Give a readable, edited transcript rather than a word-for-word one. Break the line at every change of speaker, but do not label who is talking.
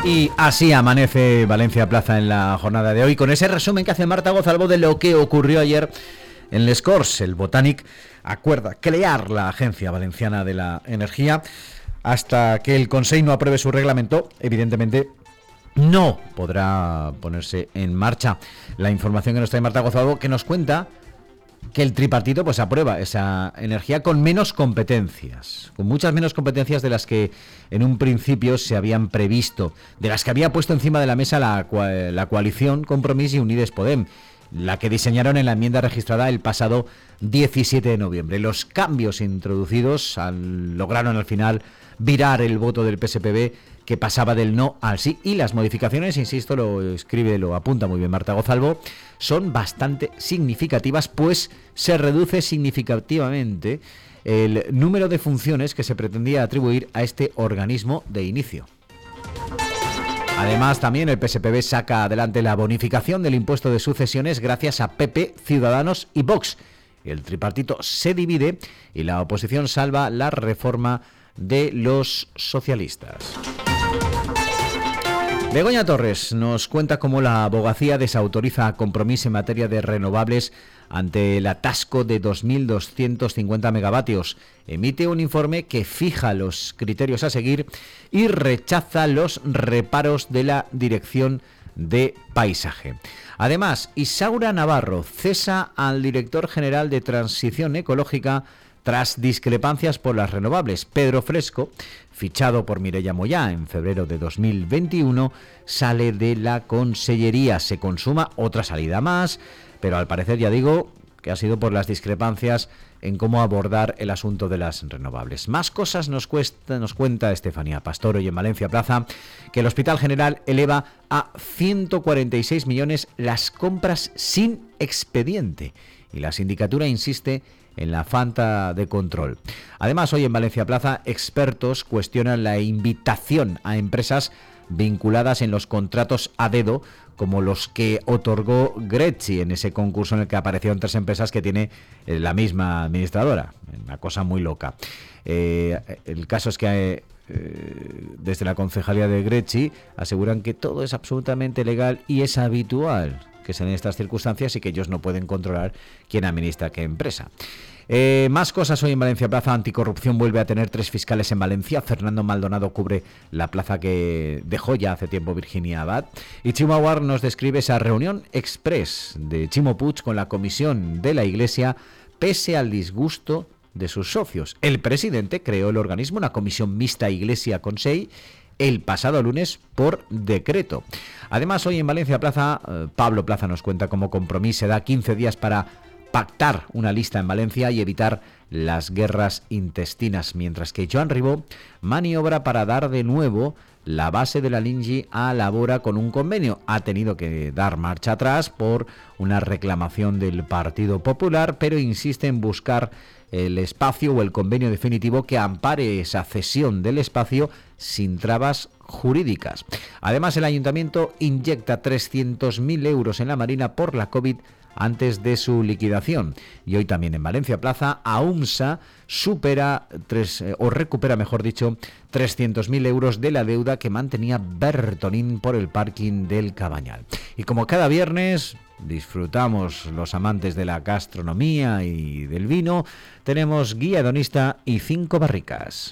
Y así amanece Valencia Plaza en la jornada de hoy, con ese resumen que hace Marta Gozalvo de lo que ocurrió ayer en Les Corts. El Botànic acuerda crear la Agencia Valenciana de la Energía. Hasta que el Consell no apruebe su reglamento, evidentemente no podrá ponerse en marcha. La información que nos trae Marta Gozalvo, que nos cuenta que el tripartito pues aprueba esa energía con menos competencias, con muchas menos competencias de las que en un principio se habían previsto, de las que había puesto encima de la mesa la coalición Compromís y Unides Podem, la que diseñaron en la enmienda registrada el pasado 17 de noviembre. Los cambios introducidos lograron al final virar el voto del PSPB, que pasaba del no al sí, y las modificaciones, insisto, lo apunta muy bien Marta Gozalvo, son bastante significativas, pues se reduce significativamente el número de funciones que se pretendía atribuir a este organismo de inicio. Además, también el PSPB saca adelante la bonificación del impuesto de sucesiones gracias a PP, Ciudadanos y Vox. El tripartito se divide y la oposición salva la reforma de los socialistas. Begoña Torres nos cuenta cómo la abogacía desautoriza a Compromís en materia de renovables ante el atasco de 2.250 megavatios. Emite un informe que fija los criterios a seguir y rechaza los reparos de la Dirección de Paisaje. Además, Isaura Navarro cesa al director general de Transición Ecológica tras discrepancias por las renovables. Pedro Fresco, fichado por Mireia Moyá en febrero de 2021, sale de la consellería. Se consuma otra salida más, pero al parecer, ya digo, que ha sido por las discrepancias en cómo abordar el asunto de las renovables. Más cosas nos cuenta Estefanía Pastor hoy en Valencia Plaza, que el Hospital General eleva a 146 millones las compras sin expediente y la sindicatura insiste en la falta de control. Además, hoy en Valencia Plaza, expertos cuestionan la invitación a empresas vinculadas en los contratos a dedo, como los que otorgó Gretzky en ese concurso en el que aparecieron 3 empresas que tiene la misma administradora. Una cosa muy loca. El caso es que desde la concejalía de Gretzky aseguran que todo es absolutamente legal y es habitual que se den estas circunstancias y que ellos no pueden controlar quién administra qué empresa. Más cosas hoy en Valencia Plaza. Anticorrupción vuelve a tener 3 fiscales en Valencia. Fernando Maldonado cubre la plaza que dejó ya hace tiempo Virginia Abad. Y Chimo Aguar nos describe esa reunión express de Chimo Puig con la comisión de la Iglesia, pese al disgusto de sus socios. El presidente creó el organismo, una comisión mixta Iglesia-Consell, el pasado lunes por decreto. Además, hoy en Valencia Plaza, Pablo Plaza nos cuenta cómo Compromís se da 15 días para pactar una lista en Valencia y evitar las guerras intestinas, mientras que Joan Ribó maniobra para dar de nuevo la base de la LINGI a Labora con un convenio. Ha tenido que dar marcha atrás por una reclamación del Partido Popular, pero insiste en buscar el espacio o el convenio definitivo que ampare esa cesión del espacio sin trabas jurídicas. Además, el Ayuntamiento inyecta 300.000 euros en la Marina por la COVID antes de su liquidación. Y hoy también en Valencia Plaza, AUMSA recupera 300.000 euros de la deuda que mantenía Bertonín por el parking del Cabañal. Y como cada viernes disfrutamos los amantes de la gastronomía y del vino, tenemos guía hedonista y 5 barricas.